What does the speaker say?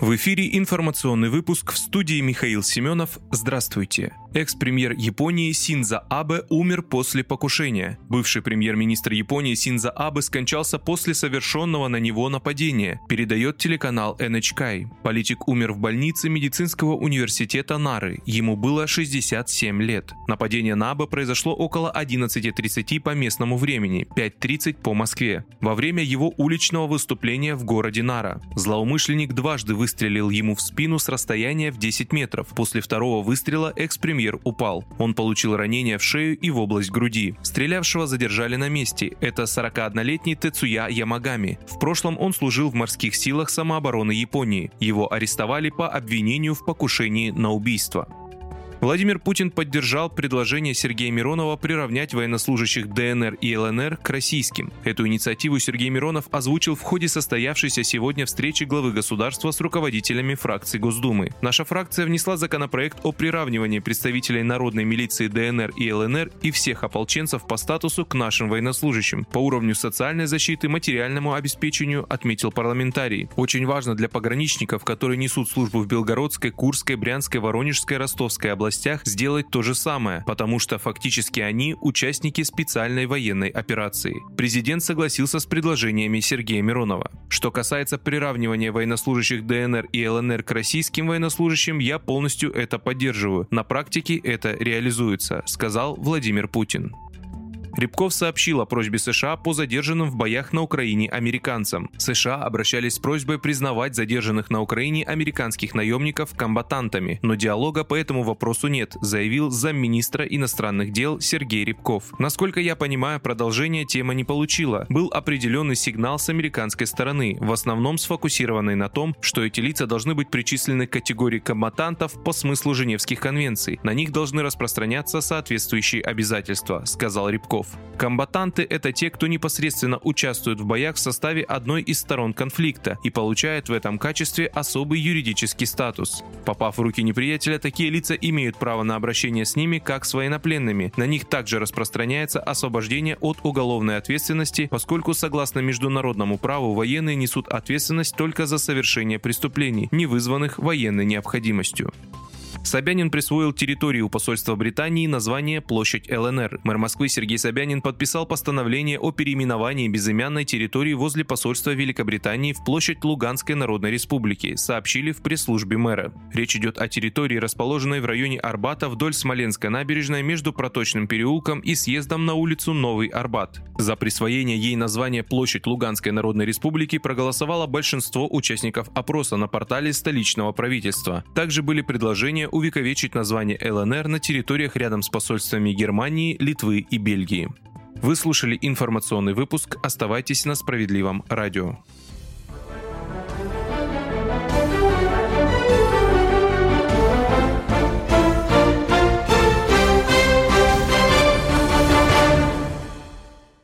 В эфире информационный выпуск, в студии Михаил Семенов. Здравствуйте. Экс-премьер Японии Синдзо Абе умер после покушения. Бывший премьер-министр Японии Синдзо Абе скончался после совершенного на него нападения, передает телеканал NHK. Политик умер в больнице медицинского университета Нары. Ему было 67 лет. Нападение на Абе произошло около 11:30 по местному времени, 5:30 по Москве, во время его уличного выступления в городе Нара. Злоумышленник дважды выстрелил ему в спину с расстояния в 10 метров. После второго выстрела экс-премьер упал. Он получил ранение в шею и в область груди. Стрелявшего задержали на месте. Это 41-летний Тецуя Ямагами. В прошлом он служил в морских силах самообороны Японии. Его арестовали по обвинению в покушении на убийство. Владимир Путин поддержал предложение Сергея Миронова приравнять военнослужащих ДНР и ЛНР к российским. Эту инициативу Сергей Миронов озвучил в ходе состоявшейся сегодня встречи главы государства с руководителями фракций Госдумы. Наша фракция внесла законопроект о приравнивании представителей народной милиции ДНР и ЛНР и всех ополченцев по статусу к нашим военнослужащим. По уровню социальной защиты, материальному обеспечению, отметил парламентарий. Очень важно для пограничников, которые несут службу в Белгородской, Курской, Брянской, Воронежской, Ростовской областях, сделать то же самое, потому что фактически они участники специальной военной операции. Президент согласился с предложениями Сергея Миронова. Что касается приравнивания военнослужащих ДНР и ЛНР к российским военнослужащим, я полностью это поддерживаю. На практике это реализуется, сказал Владимир Путин. Рябков сообщил о просьбе США по задержанным в боях на Украине американцам. США обращались с просьбой признавать задержанных на Украине американских наемников комбатантами, но диалога по этому вопросу нет, заявил замминистра иностранных дел Сергей Рябков. Насколько я понимаю, продолжения тема не получила. Был определенный сигнал с американской стороны, в основном сфокусированный на том, что эти лица должны быть причислены к категории комбатантов по смыслу Женевских конвенций. На них должны распространяться соответствующие обязательства, сказал Рябков. Комбатанты – это те, кто непосредственно участвует в боях в составе одной из сторон конфликта и получает в этом качестве особый юридический статус. Попав в руки неприятеля, такие лица имеют право на обращение с ними как с военнопленными. На них также распространяется освобождение от уголовной ответственности, поскольку согласно международному праву военные несут ответственность только за совершение преступлений, не вызванных военной необходимостью. Собянин присвоил территории у посольства Британии название «Площадь ЛНР». Мэр Москвы Сергей Собянин подписал постановление о переименовании безымянной территории возле посольства Великобритании в площадь Луганской Народной Республики, сообщили в пресс-службе мэра. Речь идет о территории, расположенной в районе Арбата вдоль Смоленской набережной между Проточным переулком и съездом на улицу Новый Арбат. За присвоение ей названия «Площадь Луганской Народной Республики» проголосовало большинство участников опроса на портале столичного правительства. Также были предложения увековечить название ЛНР на территориях рядом с посольствами Германии, Литвы и Бельгии. Вы слушали информационный выпуск. Оставайтесь на Справедливом радио.